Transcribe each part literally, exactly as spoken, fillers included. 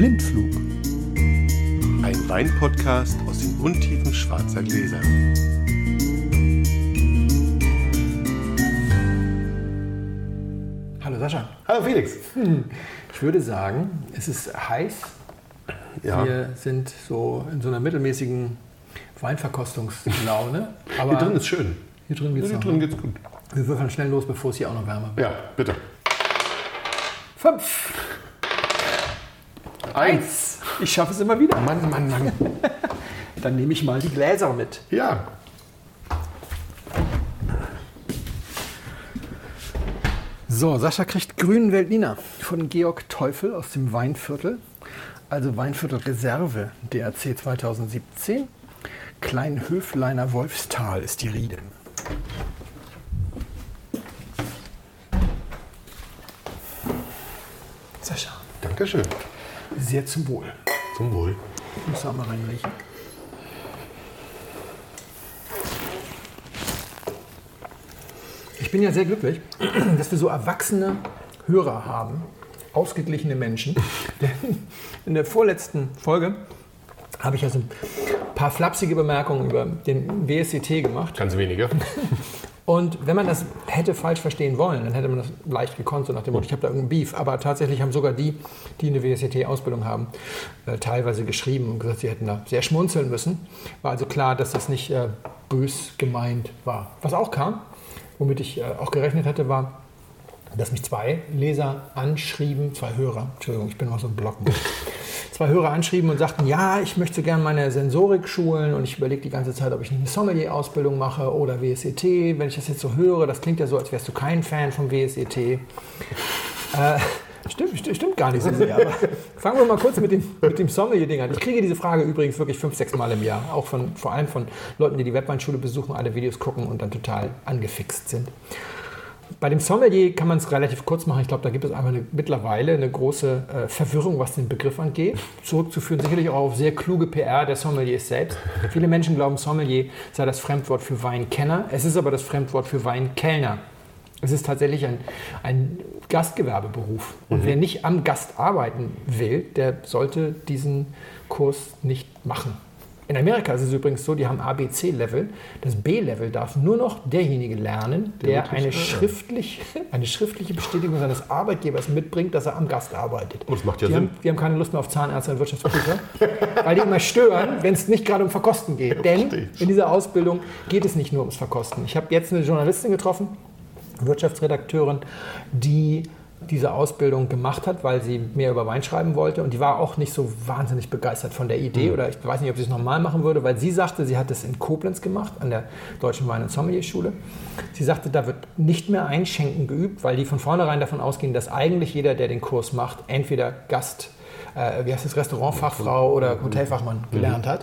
Blindflug. Ein Weinpodcast aus den Untiefen schwarzer Gläser. Hallo Sascha. Hallo Felix. Hm. Ich würde sagen, es ist heiß. Ja. Wir sind so in so einer mittelmäßigen Weinverkostungslaune. Aber hier drin ist schön. Hier drin geht's, hier drin geht's gut. Wir würfeln schnell los, bevor es hier auch noch wärmer wird. Ja, bitte. Fünf. Eins. Ich schaffe es immer wieder. Mann, Mann, Mann. Dann nehme ich mal die Gläser mit. Ja. So, Sascha kriegt grünen Veltliner von Georg Teufel aus dem Weinviertel. Also Weinviertel Reserve, D R C zweitausendsiebzehn. Kleinhöfleiner Wolfstal ist die Riede. Sascha. Dankeschön. Sehr zum Wohl. Zum Wohl. Ich muss da mal reinriechen. Ich bin ja sehr glücklich, dass wir so erwachsene Hörer haben, ausgeglichene Menschen. Denn in der vorletzten Folge habe ich ja so ein paar flapsige Bemerkungen über den W S C T gemacht. Ganz wenige. Und wenn man das hätte falsch verstehen wollen, dann hätte man das leicht gekonnt, so nach dem Motto, ich habe da irgendeinen Beef. Aber tatsächlich haben sogar die, die eine W S C T-Ausbildung haben, äh, teilweise geschrieben und gesagt, sie hätten da sehr schmunzeln müssen. War also klar, dass das nicht äh, bös gemeint war. Was auch kam, womit ich äh, auch gerechnet hatte, war, dass mich zwei Leser anschrieben, zwei Hörer, Entschuldigung, ich bin noch so ein Blocken, zwei Hörer anschrieben und sagten, ja, ich möchte gerne meine Sensorik schulen und ich überlege die ganze Zeit, ob ich nicht eine Sommelier-Ausbildung mache oder W S C T. Wenn ich das jetzt so höre, das klingt ja so, als wärst du kein Fan vom W S C T. Äh, stimmt, stimmt, stimmt gar nicht so sehr. Aber fangen wir mal kurz mit dem, mit dem Sommelier-Ding an. Ich kriege diese Frage übrigens wirklich fünf, sechs Mal im Jahr. Auch von, vor allem von Leuten, die die Webweinschule besuchen, alle Videos gucken und dann total angefixt sind. Bei dem Sommelier kann man es relativ kurz machen. Ich glaube, da gibt es einfach eine, mittlerweile eine große äh, Verwirrung, was den Begriff angeht. Zurückzuführen sicherlich auch auf sehr kluge P R der Sommeliers selbst. Viele Menschen glauben, Sommelier sei das Fremdwort für Weinkenner. Es ist aber das Fremdwort für Weinkellner. Es ist tatsächlich ein, ein Gastgewerbeberuf. Und mhm. wer nicht am Gast arbeiten will, der sollte diesen Kurs nicht machen. In Amerika ist es übrigens so, die haben A B C-Level. Das B-Level darf nur noch derjenige lernen, der, der eine, schriftlich, eine schriftliche Bestätigung seines Arbeitgebers mitbringt, dass er am Gast arbeitet. Oh, das macht ja die, Sinn. haben, die haben keine Lust mehr auf Zahnärzte und Wirtschaftsprüfer, weil die immer stören, wenn es nicht gerade um Verkosten geht. Denn in dieser Ausbildung geht es nicht nur ums Verkosten. Ich habe jetzt eine Journalistin getroffen, Wirtschaftsredakteurin, die diese Ausbildung gemacht hat, weil sie mehr über Wein schreiben wollte. Und die war auch nicht so wahnsinnig begeistert von der Idee. Mhm. Oder ich weiß nicht, ob sie es nochmal machen würde, weil sie sagte, sie hat es in Koblenz gemacht, an der Deutschen Wein- und Sommelierschule. Sie sagte, da wird nicht mehr Einschenken geübt, weil die von vornherein davon ausgehen, dass eigentlich jeder, der den Kurs macht, entweder Gast, äh, wie heißt das, Restaurantfachfrau oder Hotelfachmann gelernt mhm. hat.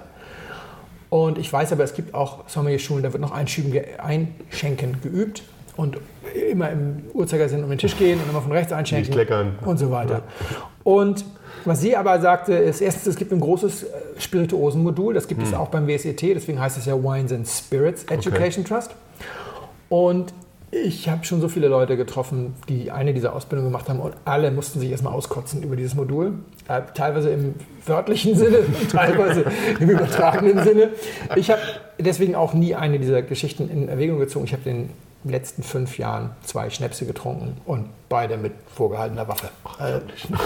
Und ich weiß aber, es gibt auch Sommelierschulen, da wird noch Einschenken geübt. Und immer im Uhrzeigersinn um den Tisch gehen und immer von rechts einschenken nicht leckern und so weiter. Und was sie aber sagte, ist erstens, es gibt ein großes Spirituosenmodul, das gibt hm. es auch beim W S C T, deswegen heißt es ja Wines and Spirits Education okay. Trust. Und ich habe schon so viele Leute getroffen, die eine dieser Ausbildungen gemacht haben und alle mussten sich erstmal auskotzen über dieses Modul. Äh, teilweise im wörtlichen Sinne und teilweise im übertragenen Sinne. Ich habe deswegen auch nie eine dieser Geschichten in Erwägung gezogen. Ich habe den in den letzten fünf Jahren zwei Schnäpse getrunken und beide mit vorgehaltener Waffe. Äh,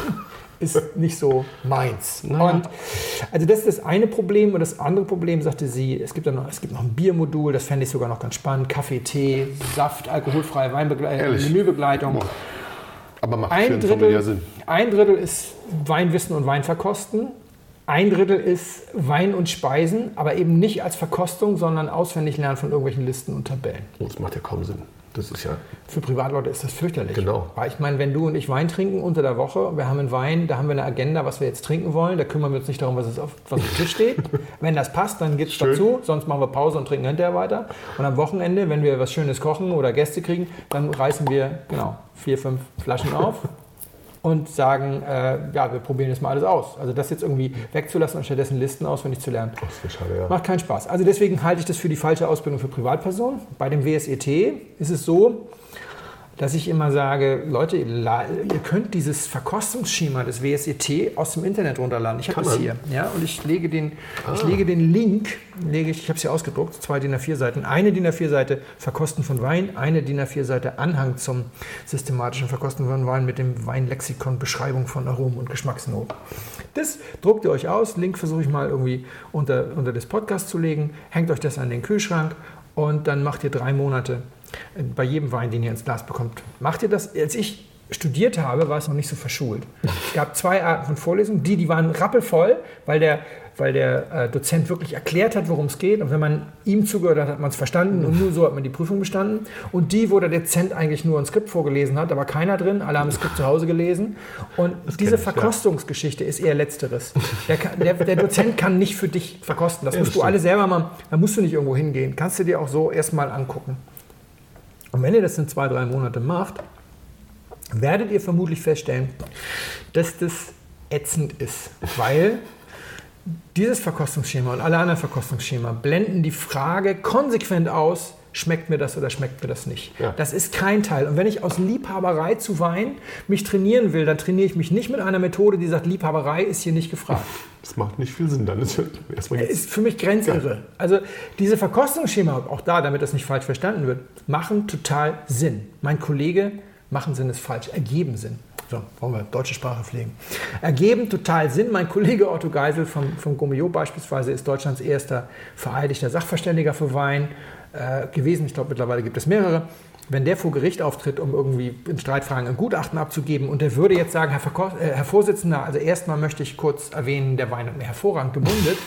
ist nicht so meins. Naja. Und also das ist das eine Problem. Und das andere Problem, sagte sie, es gibt, dann noch, es gibt noch ein Biermodul, das fände ich sogar noch ganz spannend. Kaffee, Tee, Saft, alkoholfreie Weinbegle- Menübegleitung. Aber macht ein für Drittel, ja Sinn. Ein Drittel ist Weinwissen und Weinverkosten. Ein Drittel ist Wein und Speisen, aber eben nicht als Verkostung, sondern auswendig lernen von irgendwelchen Listen und Tabellen. Oh, das macht ja kaum Sinn. Das ist ja Für Privatleute ist das fürchterlich. Genau. Weil ich meine, wenn du und ich Wein trinken unter der Woche, wir haben einen Wein, da haben wir eine Agenda, was wir jetzt trinken wollen, da kümmern wir uns nicht darum, was, es auf, was auf dem Tisch steht. Wenn das passt, dann geht's Schön. dazu, sonst machen wir Pause und trinken hinterher weiter. Und am Wochenende, wenn wir was Schönes kochen oder Gäste kriegen, dann reißen wir genau vier, fünf Flaschen auf. Und sagen, äh, ja, wir probieren jetzt mal alles aus. Also das jetzt irgendwie wegzulassen und stattdessen Listen auswendig zu lernen, das ist schade, ja. macht keinen Spaß. Also deswegen halte ich das für die falsche Ausbildung für Privatpersonen. Bei dem W S E T ist es so, dass ich immer sage, Leute, ihr könnt dieses Verkostungsschema des W S E T aus dem Internet runterladen. Ich habe das hier. Ja, und ich lege den, ah. ich lege den Link, lege ich, ich habe es hier ausgedruckt, zwei D I N A vier Seiten. Eine D I N A vier Seite Verkosten von Wein, eine D I N A vier Seite Anhang zum systematischen Verkosten von Wein mit dem Weinlexikon, Beschreibung von Aromen und Geschmacksnoten. Das druckt ihr euch aus. Link versuche ich mal irgendwie unter, unter das Podcast zu legen. Hängt euch das an den Kühlschrank und dann macht ihr drei Monate bei jedem Wein, den ihr ins Glas bekommt. Macht ihr das? Als ich studiert habe, war es noch nicht so verschult. Es gab zwei Arten von Vorlesungen. Die, die waren rappelvoll, weil der, weil der äh, Dozent wirklich erklärt hat, worum es geht. Und wenn man ihm zugehört hat, hat man es verstanden. Und nur so hat man die Prüfung bestanden. Und die, wo der Dozent eigentlich nur ein Skript vorgelesen hat, da war keiner drin. Alle haben das Skript zu Hause gelesen. Und das diese ich, Verkostungsgeschichte ja. ist eher Letzteres. Der, kann, der, der Dozent kann nicht für dich verkosten. Das ja, musst das du alle selber mal, da musst du nicht irgendwo hingehen. Kannst du dir auch so erstmal angucken. Und wenn ihr das in zwei, drei Monate macht, werdet ihr vermutlich feststellen, dass das ätzend ist, weil dieses Verkostungsschema und alle anderen Verkostungsschema blenden die Frage konsequent aus, schmeckt mir das oder schmeckt mir das nicht. Ja. Das ist kein Teil. Und wenn ich aus Liebhaberei zu Wein mich trainieren will, dann trainiere ich mich nicht mit einer Methode, die sagt, Liebhaberei ist hier nicht gefragt. Das macht nicht viel Sinn. Dann ist erstmal ist für mich grenzirre. Ja. Also diese Verkostungsschema, auch da, damit das nicht falsch verstanden wird, machen total Sinn. Mein Kollege, machen Sinn ist falsch, ergeben Sinn. So, wollen wir deutsche Sprache pflegen. Ergeben total Sinn. Mein Kollege Otto Geisel vom, vom Gourmillot beispielsweise ist Deutschlands erster vereidigter Sachverständiger für Wein äh, gewesen. Ich glaube, mittlerweile gibt es mehrere. Wenn der vor Gericht auftritt, um irgendwie in Streitfragen ein Gutachten abzugeben und der würde jetzt sagen, Herr, Verko- äh, Herr Vorsitzender, also erstmal möchte ich kurz erwähnen, der Wein hat mir hervorragend gemundet.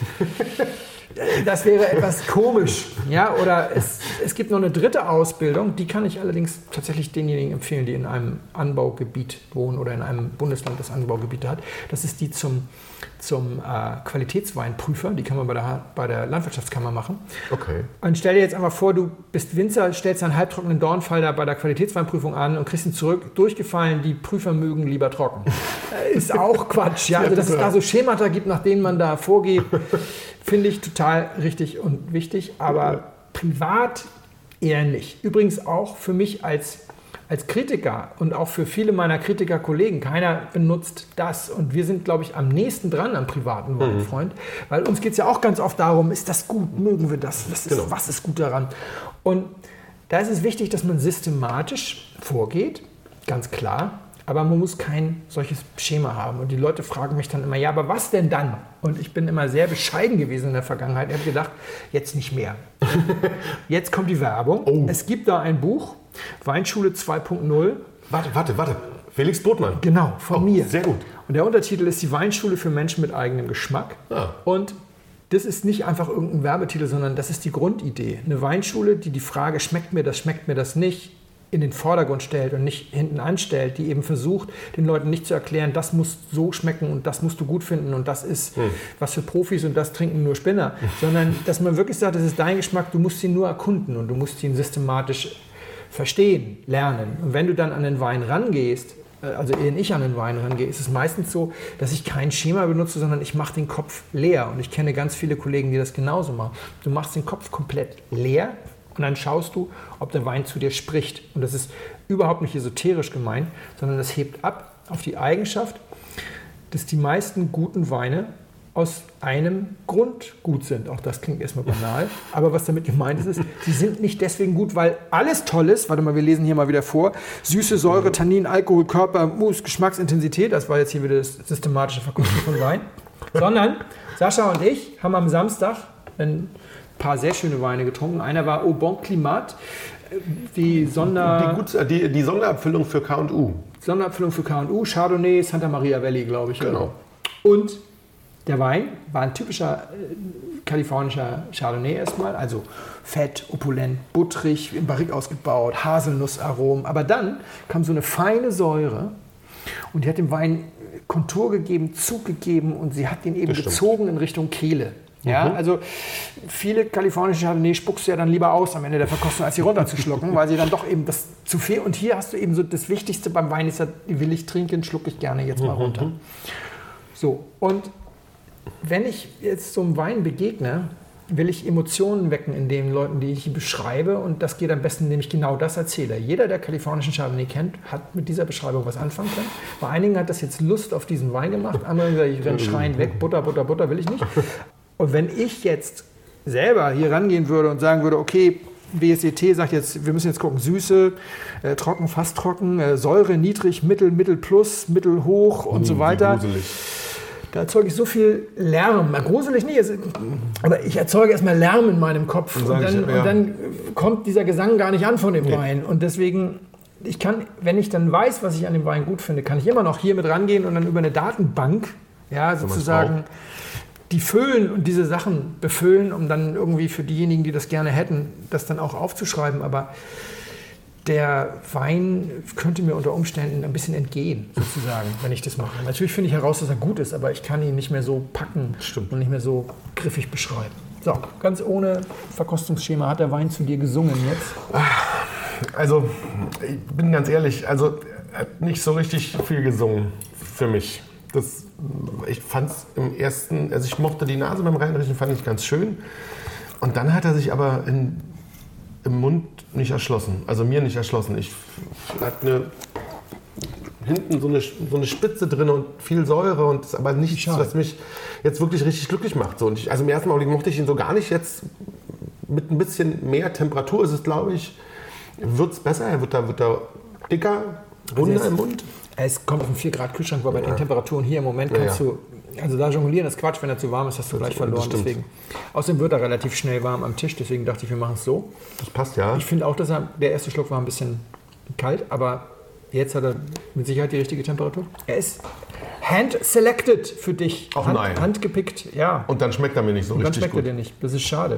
Das wäre etwas komisch. Ja? Oder es, es gibt noch eine dritte Ausbildung, die kann ich allerdings tatsächlich denjenigen empfehlen, die in einem Anbaugebiet wohnen oder in einem Bundesland, das Anbaugebiete hat. Das ist die zum, zum äh, Qualitätsweinprüfer, die kann man bei der, bei der Landwirtschaftskammer machen. Okay. Und stell dir jetzt einmal vor, du bist Winzer, stellst einen halbtrockenen Dornfall da bei der Qualitätsweinprüfung an und kriegst ihn zurück, durchgefallen, die Prüfer mögen lieber trocken. Ist auch Quatsch. Ja? Also, dass es da so Schemata gibt, nach denen man da vorgeht, finde ich total richtig und wichtig, aber ja. privat eher nicht. Übrigens auch für mich als, als Kritiker und auch für viele meiner Kritikerkollegen. Keiner benutzt das und wir sind, glaube ich, am nächsten dran am privaten Weinfreund, mhm. weil uns geht es ja auch ganz oft darum, ist das gut, mögen wir das, was ist, genau. was ist gut daran? Und da ist es wichtig, dass man systematisch vorgeht, ganz klar. Aber man muss kein solches Schema haben. Und die Leute fragen mich dann immer, ja, aber was denn dann? Und ich bin immer sehr bescheiden gewesen in der Vergangenheit. Ich habe gedacht, jetzt nicht mehr. Jetzt kommt die Werbung. Oh. Es gibt da ein Buch, Weinschule zwei Punkt null. Warte, warte, warte. Felix Botmann. Genau, von oh, mir. Sehr gut. Und der Untertitel ist die Weinschule für Menschen mit eigenem Geschmack. Ah. Und das ist nicht einfach irgendein Werbetitel, sondern das ist die Grundidee. Eine Weinschule, die die Frage, schmeckt mir das, schmeckt mir das nicht, in den Vordergrund stellt und nicht hinten anstellt, die eben versucht, den Leuten nicht zu erklären, das muss so schmecken und das musst du gut finden und das ist hm. was für Profis und das trinken nur Spinner, sondern dass man wirklich sagt, das ist dein Geschmack, du musst ihn nur erkunden und du musst ihn systematisch verstehen, lernen. Und wenn du dann an den Wein rangehst, also ehe ich an den Wein rangehe, ist es meistens so, dass ich kein Schema benutze, sondern ich mache den Kopf leer. Und ich kenne ganz viele Kollegen, die das genauso machen. Du machst den Kopf komplett leer, und dann schaust du, ob der Wein zu dir spricht. Und das ist überhaupt nicht esoterisch gemeint, sondern das hebt ab auf die Eigenschaft, dass die meisten guten Weine aus einem Grund gut sind. Auch das klingt erstmal banal. Aber was damit gemeint ist, ist, sie sind nicht deswegen gut, weil alles toll ist. Warte mal, wir lesen hier mal wieder vor. Süße, Säure, Tannin, Alkohol, Körper, Mus, Geschmacksintensität. Das war jetzt hier wieder das systematische Verkosten von Wein. Sondern Sascha und ich haben am Samstag ein paar sehr schöne Weine getrunken. Einer war Au Bon Climat, die, Sonder die, gut, die, die Sonderabfüllung für K und U. Sonderabfüllung für K und U, Chardonnay, Santa Maria Valley, glaube ich. Genau. Und der Wein war ein typischer äh, kalifornischer Chardonnay erstmal, also fett, opulent, butterig, im Barrique ausgebaut, Haselnussaromen. Aber dann kam so eine feine Säure und die hat dem Wein Kontur gegeben, Zug gegeben und sie hat ihn eben gezogen in Richtung Kehle. Ja, mhm. Also viele kalifornische Chardonnay spuckst du ja dann lieber aus am Ende der Verkostung, als sie runterzuschlucken, weil sie dann doch eben das zu viel. Und hier hast du eben so das Wichtigste beim Wein ist ja, will ich trinken, schlucke ich gerne jetzt mal runter. So, und wenn ich jetzt so einem Wein begegne, will ich Emotionen wecken in den Leuten, die ich beschreibe. Und das geht am besten, indem ich genau das erzähle. Jeder, der kalifornischen Chardonnay kennt, hat mit dieser Beschreibung was anfangen können. Bei einigen hat das jetzt Lust auf diesen Wein gemacht. Andere sagen, ich renne schreiend weg, Butter, Butter, Butter will ich nicht. Und wenn ich jetzt selber hier rangehen würde und sagen würde, okay, W S E T sagt jetzt, wir müssen jetzt gucken, Süße, äh, trocken, fast trocken, äh, Säure, niedrig, mittel, mittel plus, mittel hoch und Hm, so weiter. Gruselig. Da erzeuge ich so viel Lärm. Gruselig nicht, es, aber ich erzeuge erstmal Lärm in meinem Kopf. Und, und, dann, ich, ja. und dann kommt dieser Gesang gar nicht an von dem nee. Wein. Und deswegen, ich kann, wenn ich dann weiß, was ich an dem Wein gut finde, kann ich immer noch hier mit rangehen und dann über eine Datenbank, ja, sozusagen, die füllen und diese Sachen befüllen, um dann irgendwie für diejenigen, die das gerne hätten, das dann auch aufzuschreiben. Aber der Wein könnte mir unter Umständen ein bisschen entgehen, sozusagen, wenn ich das mache. Natürlich finde ich heraus, dass er gut ist, aber ich kann ihn nicht mehr so packen Stimmt. und nicht mehr so griffig beschreiben. So, ganz ohne Verkostungsschema hat der Wein zu dir gesungen jetzt? Also, ich bin ganz ehrlich, also er hat nicht so richtig viel gesungen für mich. Das, ich fand es im ersten, also ich mochte die Nase beim Reinriechen, fand ich ganz schön. Und dann hat er sich aber in, im Mund nicht erschlossen, also mir nicht erschlossen. Ich hatte eine, hinten so eine, so eine Spitze drin und viel Säure und das ist aber nichts, was mich jetzt wirklich richtig glücklich macht. So, und ich, also im ersten Augenblick mochte ich ihn so gar nicht. Jetzt mit ein bisschen mehr Temperatur ist es, glaube ich, wird es besser. Er wird da, wird da dicker, runder also im Mund. Es kommt auf einen vier Grad Kühlschrank, weil bei ja. den Temperaturen hier im Moment kannst ja, ja. du, also da jonglieren ist Quatsch, wenn er zu warm ist, hast du gleich verloren. Deswegen. Außerdem wird er relativ schnell warm am Tisch, deswegen dachte ich, wir machen es so. Das passt, ja. Ich finde auch, dass er, der erste Schluck war ein bisschen kalt, aber jetzt hat er mit Sicherheit die richtige Temperatur. Er ist hand-selected für dich. Auch Hand, nein. Handgepickt, ja. Und dann schmeckt er mir nicht so Und richtig dann schmeckt gut. er dir nicht. Das ist schade.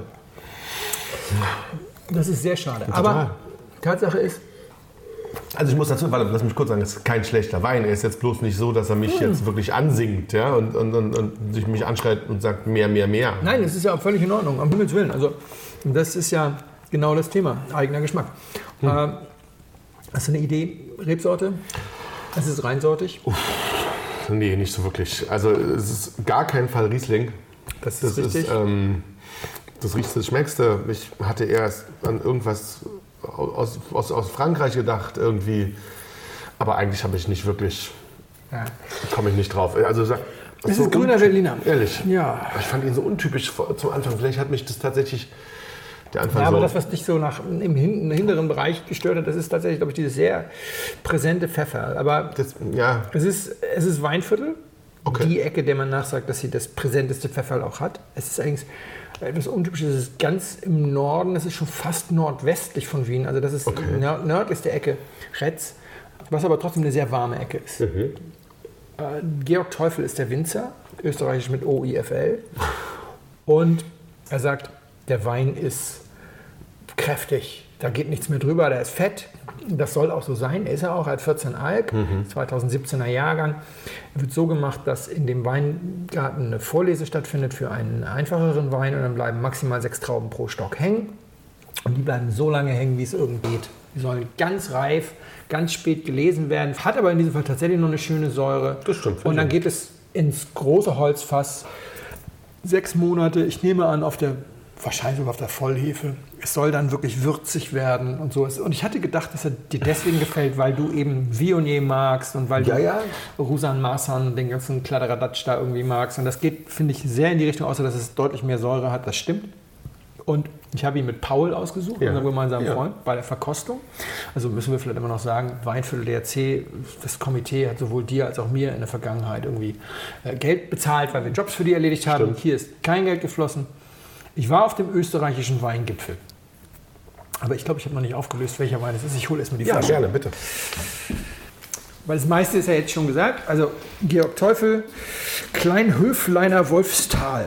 Das ist sehr schade. Total. Aber Tatsache ist, also ich muss dazu, warte, lass mich kurz sagen, es ist kein schlechter Wein. Er ist jetzt bloß nicht so, dass er mich hm. jetzt wirklich ansingt, ja, und, und, und, und sich mich anschreit und sagt mehr, mehr, mehr. Nein, das ist ja völlig in Ordnung, am Himmels Willen. Also das ist ja genau das Thema, eigener Geschmack. Hm. Äh, hast du eine Idee, Rebsorte? Es ist reinsortig? Uff, nee, nicht so wirklich. Also es ist gar kein Fall Riesling. Das ist das richtig. Ist, ähm, das riechst, das schmeckst du. Ich hatte erst an irgendwas Aus, aus, aus Frankreich gedacht irgendwie, aber eigentlich habe ich nicht wirklich, ja. komme ich nicht drauf. Also, das ist so grüner Berliner. Ehrlich? Ja. Ich fand ihn so untypisch zum Anfang. Vielleicht hat mich das tatsächlich der Anfang ja, aber so... das, was dich so nach, im hinteren Bereich gestört hat, das ist tatsächlich, glaube ich, dieses sehr präsente Pfeffer. Aber das, ja. es, ist, es ist Weinviertel, okay. Die Ecke, der man nachsagt, dass sie das präsenteste Pfeffer auch hat. Es ist eigentlich... Etwas Untypisches, es ist ganz im Norden, das ist schon fast nordwestlich von Wien, also das ist okay. nörd, nördlichste Ecke, Retz, was aber trotzdem eine sehr warme Ecke ist. Mhm. Äh, Georg Teufel ist der Winzer, österreichisch mit O I F L, und er sagt, der Wein ist kräftig, da geht nichts mehr drüber, der ist fett, das soll auch so sein, ist er auch, er hat vierzehn Alk, mhm. zweitausendsiebzehner Jahrgang. Er wird so gemacht, dass in dem Weingarten eine Vorlese stattfindet für einen einfacheren Wein und dann bleiben maximal sechs Trauben pro Stock hängen und die bleiben so lange hängen, wie es irgend geht. Die sollen ganz reif, ganz spät gelesen werden, hat aber in diesem Fall tatsächlich noch eine schöne Säure. Das stimmt. Und dann geht es ins große Holzfass, sechs Monate, ich nehme an, auf der wahrscheinlich sogar auf der Vollhefe. Es soll dann wirklich würzig werden und so. Und ich hatte gedacht, dass er dir deswegen gefällt, weil du eben Viognier magst und weil ja, du ja. Rusan Marsan, den ganzen Kladderadatsch da irgendwie magst. Und das geht, finde ich, sehr in die Richtung, außer dass es deutlich mehr Säure hat. Das stimmt. Und ich habe ihn mit Paul ausgesucht, ja. unserem gemeinsamen ja. Freund, bei der Verkostung. Also müssen wir vielleicht immer noch sagen, Weinviertel D R C, das Komitee hat sowohl dir als auch mir in der Vergangenheit irgendwie äh, Geld bezahlt, weil wir Jobs für die erledigt haben. Stimmt. Und hier ist kein Geld geflossen. Ich war auf dem österreichischen Weingipfel. Aber ich glaube, ich habe noch nicht aufgelöst, welcher Wein es ist. Ich hole erstmal die ja, Flasche. Ja, gerne, bitte. Weil das meiste ist ja jetzt schon gesagt. Also Georg Teufel, Kleinhöfleiner Wolfstal.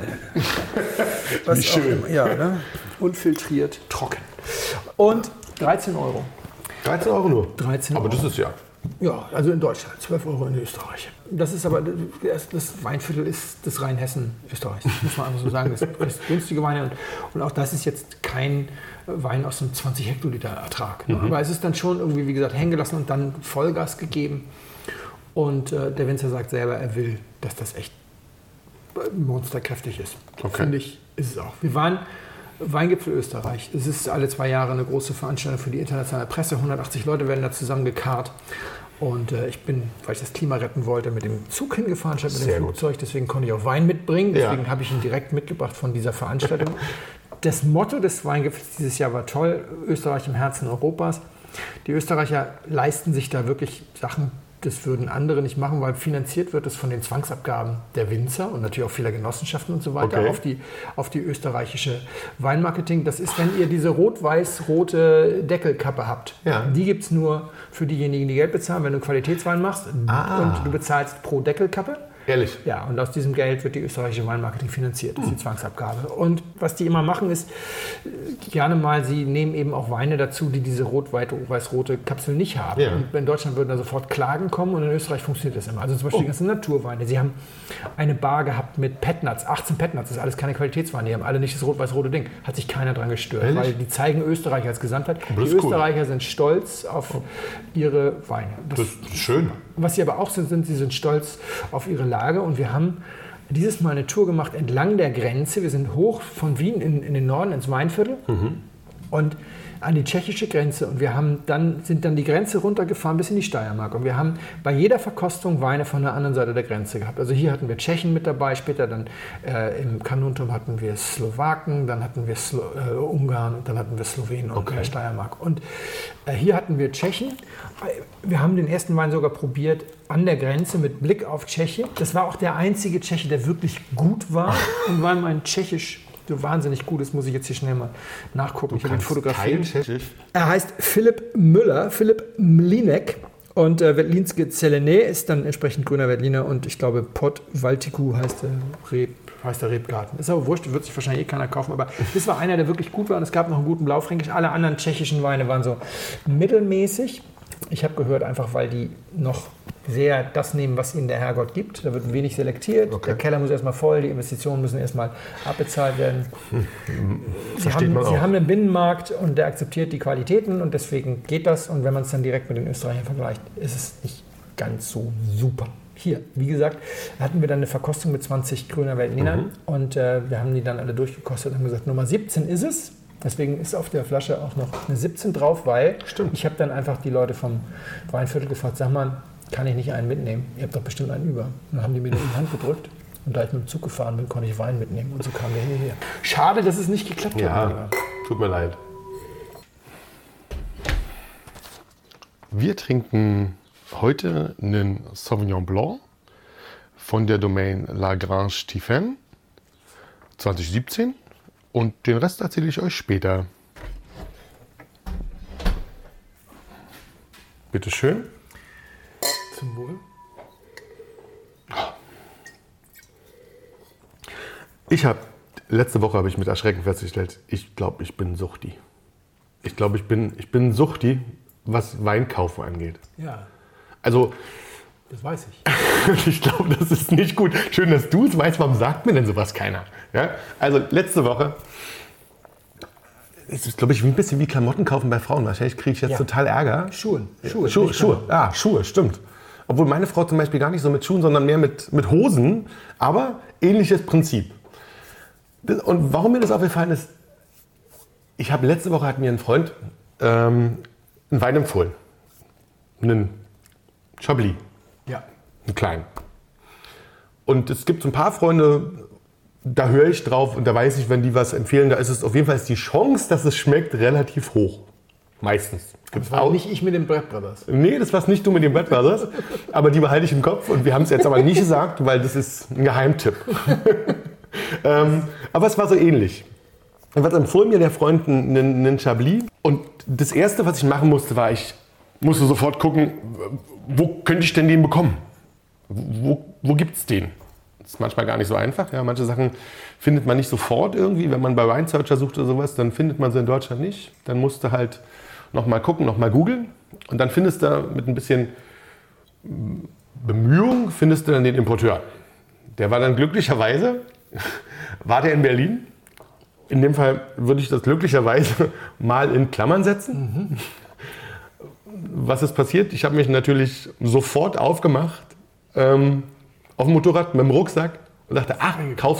Wie schön. Immer, ja, ne? Unfiltriert, trocken. Und dreizehn Euro. dreizehn Euro nur? dreizehn Aber Euro. das ist ja... Ja, also in Deutschland, zwölf Euro in Österreich. Das ist aber, das, das Weinviertel ist das Rheinhessen Österreichs, muss man einfach so sagen. Das ist günstige Weine und, und auch das ist jetzt kein Wein aus einem zwanzig Hektoliter Ertrag. Ne? Mhm. Aber es ist dann schon irgendwie, wie gesagt, hängen gelassen und dann Vollgas gegeben. Und äh, der Winzer sagt selber, er will, dass das echt monsterkräftig ist. Okay. Finde ich Ist es auch. Wir waren Weingipfel Österreich. Es ist alle zwei Jahre eine große Veranstaltung für die internationale Presse. hundertachtzig Leute werden da zusammengekarrt. Und äh, ich bin, weil ich das Klima retten wollte, mit dem Zug hingefahren statt mit Sehr dem Flugzeug. gut. Deswegen konnte ich auch Wein mitbringen. Deswegen Ja. habe ich ihn direkt mitgebracht von dieser Veranstaltung. Das Motto des Weingipfels dieses Jahr war toll. Österreich im Herzen Europas. Die Österreicher leisten sich da wirklich Sachen, das würden andere nicht machen, weil finanziert wird es von den Zwangsabgaben der Winzer und natürlich auch vieler Genossenschaften und so weiter Okay. auf die, auf die österreichische Weinmarketing. Das ist, wenn ihr diese rot-weiß-rote Deckelkappe habt. Ja. Die gibt es nur für diejenigen, die Geld bezahlen, wenn du einen Qualitätswein machst Ah. und du bezahlst pro Deckelkappe. Ehrlich? Ja, und aus diesem Geld wird die österreichische Weinmarketing finanziert. Das ist die Zwangsabgabe. Und was die immer machen, ist äh, gerne mal, sie nehmen eben auch Weine dazu, die diese rot-weiß-rote Kapsel nicht haben. Ja. Und in Deutschland würden da sofort Klagen kommen und in Österreich funktioniert das immer. Also zum Beispiel die ganzen Naturweine. Sie haben eine Bar gehabt mit Petnuts, achtzehn Petnuts, das ist alles keine Qualitätsweine. Die haben alle nicht das rot-weiß-rote Ding. Hat sich keiner dran gestört, Ehrlich? weil die zeigen Österreich als Gesamtheit. Das Die ist cool. Österreicher sind stolz auf ihre Weine. Das Das ist schön. was sie aber auch sind, sind, sie sind stolz auf ihre Lage. Und wir haben dieses Mal eine Tour gemacht entlang der Grenze. Wir sind hoch von Wien in, in den Norden, ins Weinviertel und an die tschechische Grenze. Und wir haben dann, sind dann die Grenze runtergefahren bis in die Steiermark. Und wir haben bei jeder Verkostung Weine von der anderen Seite der Grenze gehabt. Also hier hatten wir Tschechen mit dabei, später dann äh, im Kanuntum hatten wir Slowaken, dann hatten wir Slo äh, Ungarn, dann hatten wir Slowenen und Okay. äh, Steiermark. Und äh, hier hatten wir Tschechen. Wir haben den ersten Wein sogar probiert an der Grenze mit Blick auf Tschechien. Das war auch der einzige Tscheche, der wirklich gut war. Und weil mein Tschechisch so wahnsinnig gut ist, muss ich jetzt hier schnell mal nachgucken. Ich habe ihn Kein fotografiert. Tschechisch. Er heißt Philipp Müller, Philipp Mlinek. Und äh, Veltlinske Zelené ist dann entsprechend grüner Veltliner. Und ich glaube, Pod Valtiku heißt der, Reb, heißt der Rebgarten. Ist aber wurscht, wird sich wahrscheinlich eh keiner kaufen. Aber das war einer, der wirklich gut war. Und es gab noch einen guten Blaufränkisch. Alle anderen tschechischen Weine waren so mittelmäßig. Ich habe gehört, einfach weil die noch sehr das nehmen, was ihnen der Herrgott gibt. Da wird wenig selektiert. Okay. Der Keller muss erstmal voll, die Investitionen müssen erstmal abbezahlt werden. Sie Versteht haben, man sie auch. haben einen Binnenmarkt und der akzeptiert die Qualitäten und deswegen geht das. Und wenn man es dann direkt mit den Österreichern vergleicht, ist es nicht ganz so super. Hier, wie gesagt, hatten wir dann eine Verkostung mit zwanzig grüner Veltlinern Mhm. und äh, wir haben die dann alle durchgekostet und haben gesagt, Nummer siebzehn ist es. Deswegen ist auf der Flasche auch noch eine siebzehn drauf, weil Stimmt. ich habe dann einfach die Leute vom Weinviertel gefragt, sag mal, kann ich nicht einen mitnehmen? Ihr habt doch bestimmt einen über. Und dann haben die mir den in die Hand gedrückt. Und da ich mit dem Zug gefahren bin, konnte ich Wein mitnehmen. Und so kam der hierher. Schade, dass es nicht geklappt hat. Ja, tut mir leid. Wir trinken heute einen Sauvignon Blanc von der Domain La Grange Tiphaine zwanzig siebzehn und den Rest erzähle ich euch später. Bitte schön. Zum Wohl. Ich habe letzte Woche habe ich mit Erschrecken festgestellt, ich glaube, ich bin Suchti. Ich glaube, ich bin ich bin Suchti, was Weinkaufen angeht. Ja, Also das weiß ich. ich glaube, das ist nicht gut. Schön, dass du es weißt. Warum sagt mir denn sowas keiner? Ja? Also letzte Woche ist es, glaube ich, ein bisschen wie Klamotten kaufen bei Frauen. Wahrscheinlich kriege ich jetzt Ja. total Ärger. Schuhe. Schuhe. Schuhe, nicht Schuhe. Klamotten. Ah, Schuhe, stimmt. Obwohl meine Frau zum Beispiel gar nicht so mit Schuhen, sondern mehr mit, mit Hosen. Aber ähnliches Prinzip. Das- Und warum mir das aufgefallen ist, ich habe letzte Woche hat mir ein Freund ähm, einen Wein empfohlen. Einen Chablis. Ja. Einen kleinen. Und es gibt so ein paar Freunde, da höre ich drauf und da weiß ich, wenn die was empfehlen, da ist es auf jeden Fall ist die Chance, dass es schmeckt, relativ hoch. Meistens. Gibt's Das war auch nicht ich mit den Brett Brothers. Nee, das warst nicht du mit den Bread Brothers, aber die behalte ich im Kopf und wir haben es jetzt aber nicht gesagt, weil das ist ein Geheimtipp. ähm, aber es war so ähnlich. Und was empfohlen mir der Freund einen, einen Chablis und das Erste, was ich machen musste, war, ich musste sofort gucken, wo könnte ich denn den bekommen? Wo, wo gibt es den? Das ist manchmal gar nicht so einfach. Ja, manche Sachen findet man nicht sofort irgendwie. Wenn man bei Wine-Searcher sucht oder sowas, dann findet man sie in Deutschland nicht. Dann musst du halt noch mal gucken, noch mal googeln. Und dann findest du mit ein bisschen Bemühung, findest du dann den Importeur. Der war dann glücklicherweise, war der in Berlin. In dem Fall würde ich das glücklicherweise mal in Klammern setzen. Was ist passiert? Ich habe mich natürlich sofort aufgemacht, ähm, auf dem Motorrad mit dem Rucksack und dachte, ach, kaufst du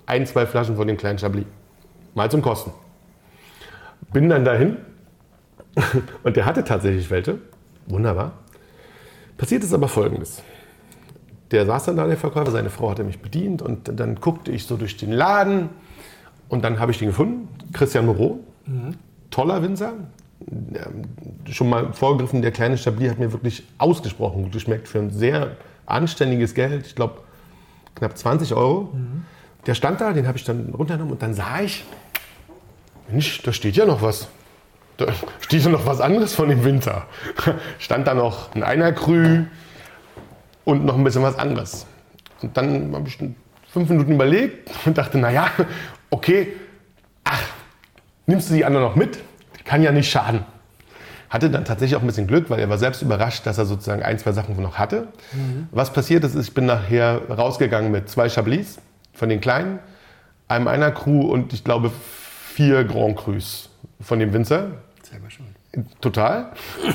ein, zwei Flaschen von dem kleinen Chablis. Mal zum Kosten. Bin dann dahin und der hatte tatsächlich welche. Wunderbar. Passiert ist aber Folgendes. Der saß dann da, der Verkäufer, seine Frau hatte mich bedient und dann guckte ich so durch den Laden und dann habe ich den gefunden, Christian Moreau, mhm. toller Winzer. Schon mal vorgegriffen, der kleine Chablis hat mir wirklich ausgesprochen gut geschmeckt für ein sehr anständiges Geld, ich glaube knapp zwanzig Euro. Mhm. Der stand da, den habe ich dann runtergenommen und dann sah ich, Mensch, da steht ja noch was. Da steht ja noch was anderes von dem Winter. Stand da noch ein Einer-Krü und noch ein bisschen was anderes. Und dann habe ich fünf Minuten überlegt und dachte, naja, okay, ach, nimmst du die anderen noch mit? Kann ja nicht schaden. Hatte dann tatsächlich auch ein bisschen Glück, weil er war selbst überrascht, dass er sozusagen ein, zwei Sachen noch hatte. Mhm. Was passiert ist, ich bin nachher rausgegangen mit zwei Chablis von den kleinen, einem Einer-Krü und ich glaube vier Grand Crus von dem Winzer. Selber schon. Total.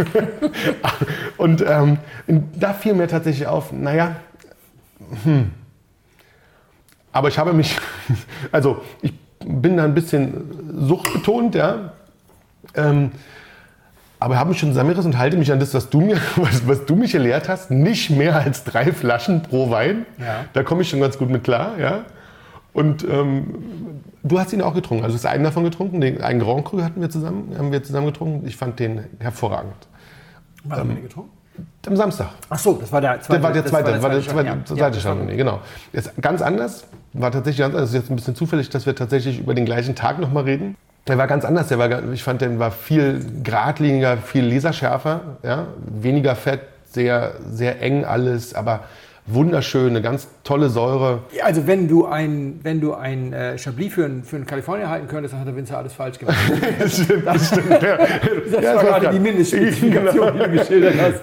Und ähm, da fiel mir tatsächlich auf, naja, hm. aber ich habe mich, also ich bin da ein bisschen suchtbetont, ja. Ähm, aber habe mich schon zusammengerissen und halte mich an das, was du mir, was, was du mich gelehrt hast, nicht mehr als drei Flaschen pro Wein. Ja. Da komme ich schon ganz gut mit klar, ja. Und ähm, du hast ihn auch getrunken, also du hast einen davon getrunken, den, einen Grand Cru hatten wir zusammen, haben wir zusammen getrunken. Ich fand den hervorragend. Wann haben wir den getrunken? Am Samstag. Ach so, das war der zweite. Der war der zweite, das war der zweite, ja. zweite ja, Chardonnay, genau. Ist ganz anders, war tatsächlich ganz anders. Es ist jetzt ein bisschen zufällig, dass wir tatsächlich über den gleichen Tag nochmal reden. Der war ganz anders, der war, ich fand, der war viel geradliniger, viel laserschärfer, ja? Weniger Fett, sehr, sehr eng alles, aber wunderschön, eine ganz tolle Säure. Ja, also wenn du ein, wenn du ein äh, Chablis für einen für Kalifornier halten könntest, dann hat der Winzer alles falsch gemacht. Das stimmt, das stimmt. Ja. Das ja, war gerade ja die Mindestspezifikation, die du geschildert hast.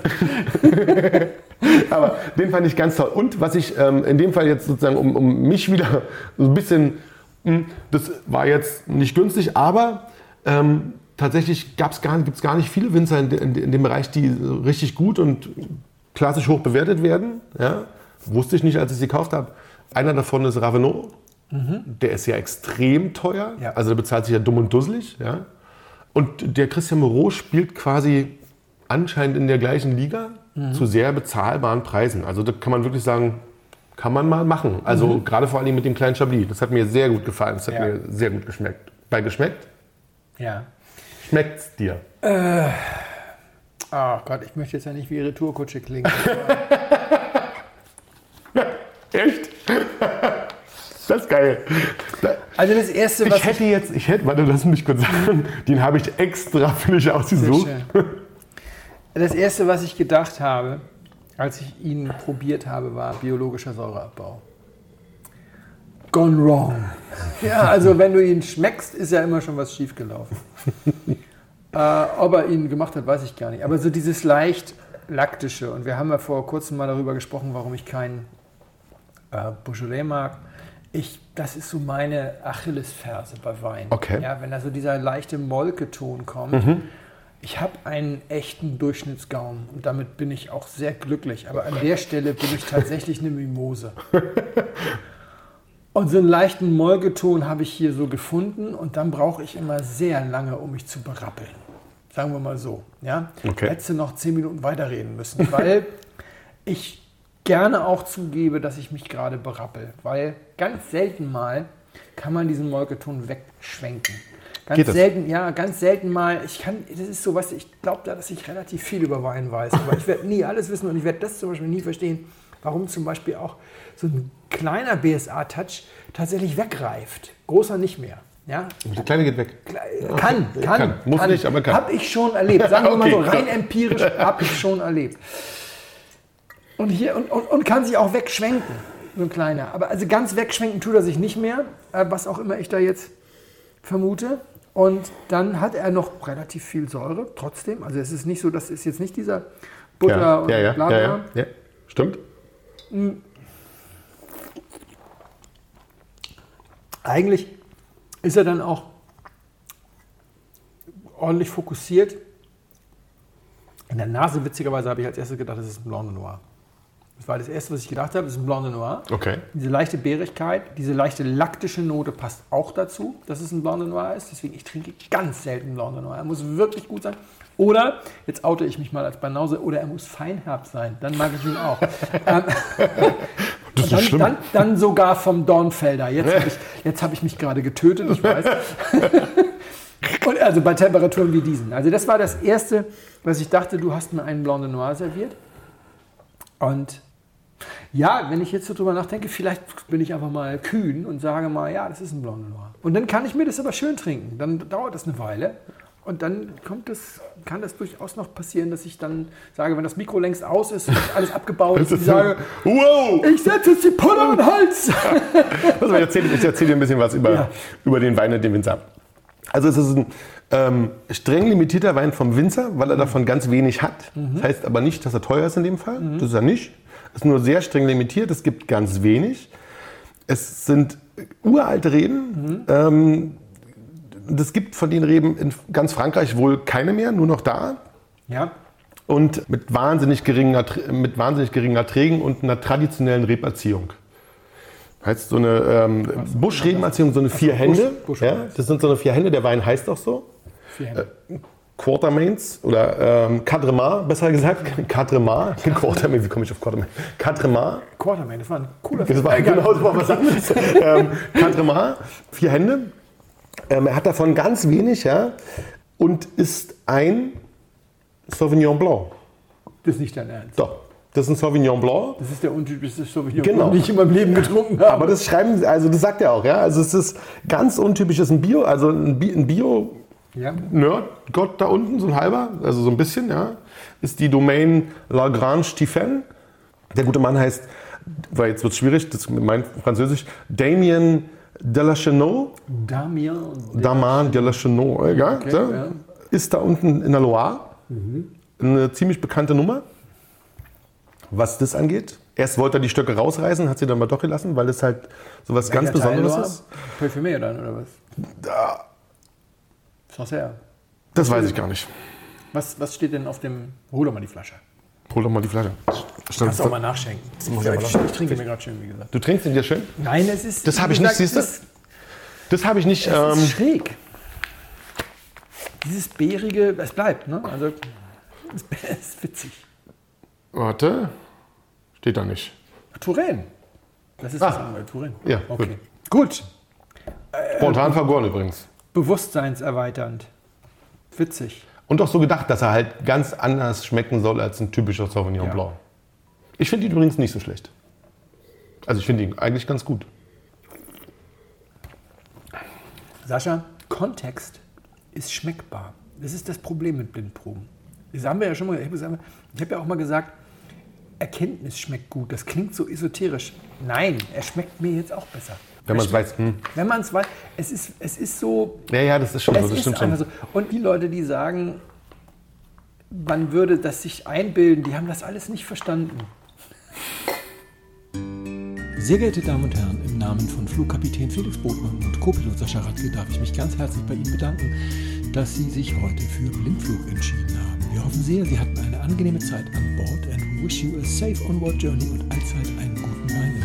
Aber den fand ich ganz toll. Und was ich ähm, in dem Fall jetzt sozusagen, um, um mich wieder so ein bisschen, mh, das war jetzt nicht günstig, aber ähm, tatsächlich gab's gar, gibt's gar nicht viele Winzer in, in, in dem Bereich, die richtig gut und klassisch hoch bewertet werden. Ja. Wusste ich nicht, als ich sie gekauft habe. Einer davon ist Raveneau. Mhm. Der ist ja extrem teuer. Ja. Also der bezahlt sich ja dumm und dusselig. Ja. Und der Christian Moreau spielt quasi anscheinend in der gleichen Liga mhm. zu sehr bezahlbaren Preisen. Also da kann man wirklich sagen, kann man mal machen. Also mhm. gerade vor allem mit dem kleinen Chablis. Das hat mir sehr gut gefallen. Das hat ja. mir sehr gut geschmeckt. Bei geschmeckt? Ja. Schmeckt's dir? Äh, oh Gott, ich möchte jetzt ja nicht wie Retourkutsche klingen. Echt? Das ist geil. Also das erste, was ich hätte jetzt, ich hätte, warte, lass mich kurz sagen, den habe ich extra für dich ausgesucht. Das erste, was ich gedacht habe, als ich ihn probiert habe, war biologischer Säureabbau. Gone wrong. Ja, also wenn du ihn schmeckst, ist ja immer schon was schiefgelaufen. äh, ob er ihn gemacht hat, weiß ich gar nicht. Aber so dieses leicht laktische, und wir haben ja vor kurzem mal darüber gesprochen, warum ich keinen äh, Beaujolais mag. Ich, das ist so meine Achillesferse bei Wein. Okay. Ja, wenn da so dieser leichte Molketon kommt. Mhm. Ich habe einen echten Durchschnittsgaumen und damit bin ich auch sehr glücklich. Aber an der Stelle bin ich tatsächlich eine Mimose. Und so einen leichten Molketon habe ich hier so gefunden und dann brauche ich immer sehr lange, um mich zu berappeln. Sagen wir mal so. Ja? Okay. Hättest du noch zehn Minuten weiterreden müssen, weil ich gerne auch zugebe, dass ich mich gerade berappel. Weil ganz selten mal kann man diesen Molketon wegschwenken. Ganz Geht das? selten, ja, ganz selten mal. Ich kann, das ist so was, ich glaube da, dass ich relativ viel über Wein weiß. Aber ich werde nie alles wissen und ich werde das zum Beispiel nie verstehen, warum zum Beispiel auch so ein kleiner B S A-Touch tatsächlich wegreift. Großer nicht mehr. Ja? Der kleine geht weg. Kann, kann. kann Muss kann, nicht, aber kann. Habe ich schon erlebt. Sagen wir Okay, mal so, rein klar. empirisch habe ich schon erlebt. Und, hier, und, und, und kann sich auch wegschwenken, so ein kleiner. Aber also ganz wegschwenken tut er sich nicht mehr, was auch immer ich da jetzt vermute. Und dann hat er noch relativ viel Säure, trotzdem. Also es ist nicht so, das ist jetzt nicht dieser Butter ja, und ja, ja, bla bla. ja, ja, ja. Stimmt. Mhm. Eigentlich ist er dann auch ordentlich fokussiert. In der Nase, witzigerweise, habe ich als erstes gedacht, das ist ein Blanc de Noir. Das war das Erste, was ich gedacht habe. Das ist ein Blanc de Noir. Okay. Diese leichte Beerigkeit, diese leichte laktische Note passt auch dazu, dass es ein Blanc de Noir ist. Deswegen, ich trinke ganz selten Blanc de Noir. Er muss wirklich gut sein. Oder, jetzt oute ich mich mal als Banause, oder er muss Feinherb sein. Dann mag ich ihn auch. ähm, das ist dann, schlimm. Dann, dann sogar vom Dornfelder. Jetzt habe ich, jetzt hab ich mich gerade getötet, ich weiß. Und also bei Temperaturen wie diesen. Also das war das Erste, was ich dachte, du hast mir einen Blanc de Noir serviert. Und ja, wenn ich jetzt so drüber nachdenke, vielleicht bin ich einfach mal kühn und sage mal, ja, das ist ein Blanc de Noir. Und dann kann ich mir das aber schön trinken. Dann dauert das eine Weile. Und dann kommt das, kann das durchaus noch passieren, dass ich dann sage, wenn das Mikro längst aus ist und alles abgebaut ist, ich sage, wow, ich setze jetzt die Pulle an den Hals. Also ich erzähle ich erzähl dir ein bisschen was über, ja. über den Wein und den Winzer. Also es ist ein ähm, streng limitierter Wein vom Winzer, weil er davon ganz wenig hat. Mhm. Das heißt aber nicht, dass er teuer ist in dem Fall. Mhm. Das ist er nicht. Es ist nur sehr streng limitiert. Es gibt ganz wenig. Es sind uralte Reben. Mhm. Ähm, es gibt von den Reben in ganz Frankreich wohl keine mehr, nur noch da. Ja. Und mit wahnsinnig geringen, mit wahnsinnig geringen Erträgen und einer traditionellen Reberziehung. Heißt so eine ähm, Buschrebenerziehung, so eine vier also Hände. Busch, Busch ja, das sind so eine vier Hände. Der Wein heißt auch so. Vier Hände. Äh, Quartermains oder ähm, Quadremar, besser gesagt. Quadremar. Quartermain, wie komme ich auf Quadremar? Quadremar. Quadremain, das war ein cooler Das war genau, das war was anderes. ähm, Quadremar, vier Hände. Ähm, er hat davon ganz wenig, ja, und ist ein Sauvignon Blanc. Das ist nicht dein Ernst? Doch. Das ist ein Sauvignon Blanc. Das ist der untypischste Sauvignon genau. Blanc, den ich in meinem Leben getrunken habe. Aber das schreiben, also das sagt er auch, ja. Also es ist ganz untypisch, es ist ein Bio, also ein Bio, ja. Nerd, Gott da unten, so ein halber, also so ein bisschen, ja. Ist die Domaine La Grange Tiphaine. Der gute Mann heißt, weil jetzt wird es schwierig, das ist mein Französisch, Damien Delachenot. Damien. Damien Delachenot, ja. Okay, so. ja. Ist da unten in der Loire. Mhm. Eine ziemlich bekannte Nummer. Was das angeht. Erst wollte er die Stöcke rausreißen, hat sie dann mal doch gelassen, weil es halt so was ganz Besonderes ist. Parfümé dann, oder was? Da. Sancerre. Das weiß ich gar nicht. Was, was steht denn auf dem... Hol doch mal die Flasche. Hol doch mal die Flasche. Kannst du auch mal nachschenken. Das muss ich, ich, ich trinke mir gerade schön, wie gesagt. Du trinkst ihn dir schön? Nein, es ist... Das habe ich nicht, siehst du? Das habe ich nicht... Es ähm, ist schräg. Dieses Beerige, es bleibt, ne? Also, es ist witzig. Warte, steht da nicht. Touraine. Das ist ah. das andere, Touraine. Ja, okay. Gut. Spontan äh, vergoren übrigens. Bewusstseinserweiternd. Witzig. Und auch so gedacht, dass er halt ganz anders schmecken soll als ein typischer Sauvignon ja. Blanc. Ich finde ihn übrigens nicht so schlecht. Also ich finde ihn eigentlich ganz gut. Sascha, Kontext ist schmeckbar. Das ist das Problem mit Blindproben. Das haben wir ja schon mal, ich habe hab ja auch mal gesagt, Erkenntnis schmeckt gut. Das klingt so esoterisch. Nein, er schmeckt mir jetzt auch besser. Wenn man es weiß. Hm. Wenn man es weiß. Es ist, es ist so... Ja, ja, das ist schon so. Das stimmt schon. So. Und die Leute, die sagen, man würde das sich einbilden, die haben das alles nicht verstanden. Sehr geehrte Damen und Herren, im Namen von Flugkapitän Felix Botmann und Co-Pilot Sascha Radke darf ich mich ganz herzlich bei Ihnen bedanken, dass Sie sich heute für Blindflug entschieden haben. Wir hoffen sehr, Sie hatten eine angenehme Zeit an Bord and wish you a safe onward journey und allzeit einen guten Wein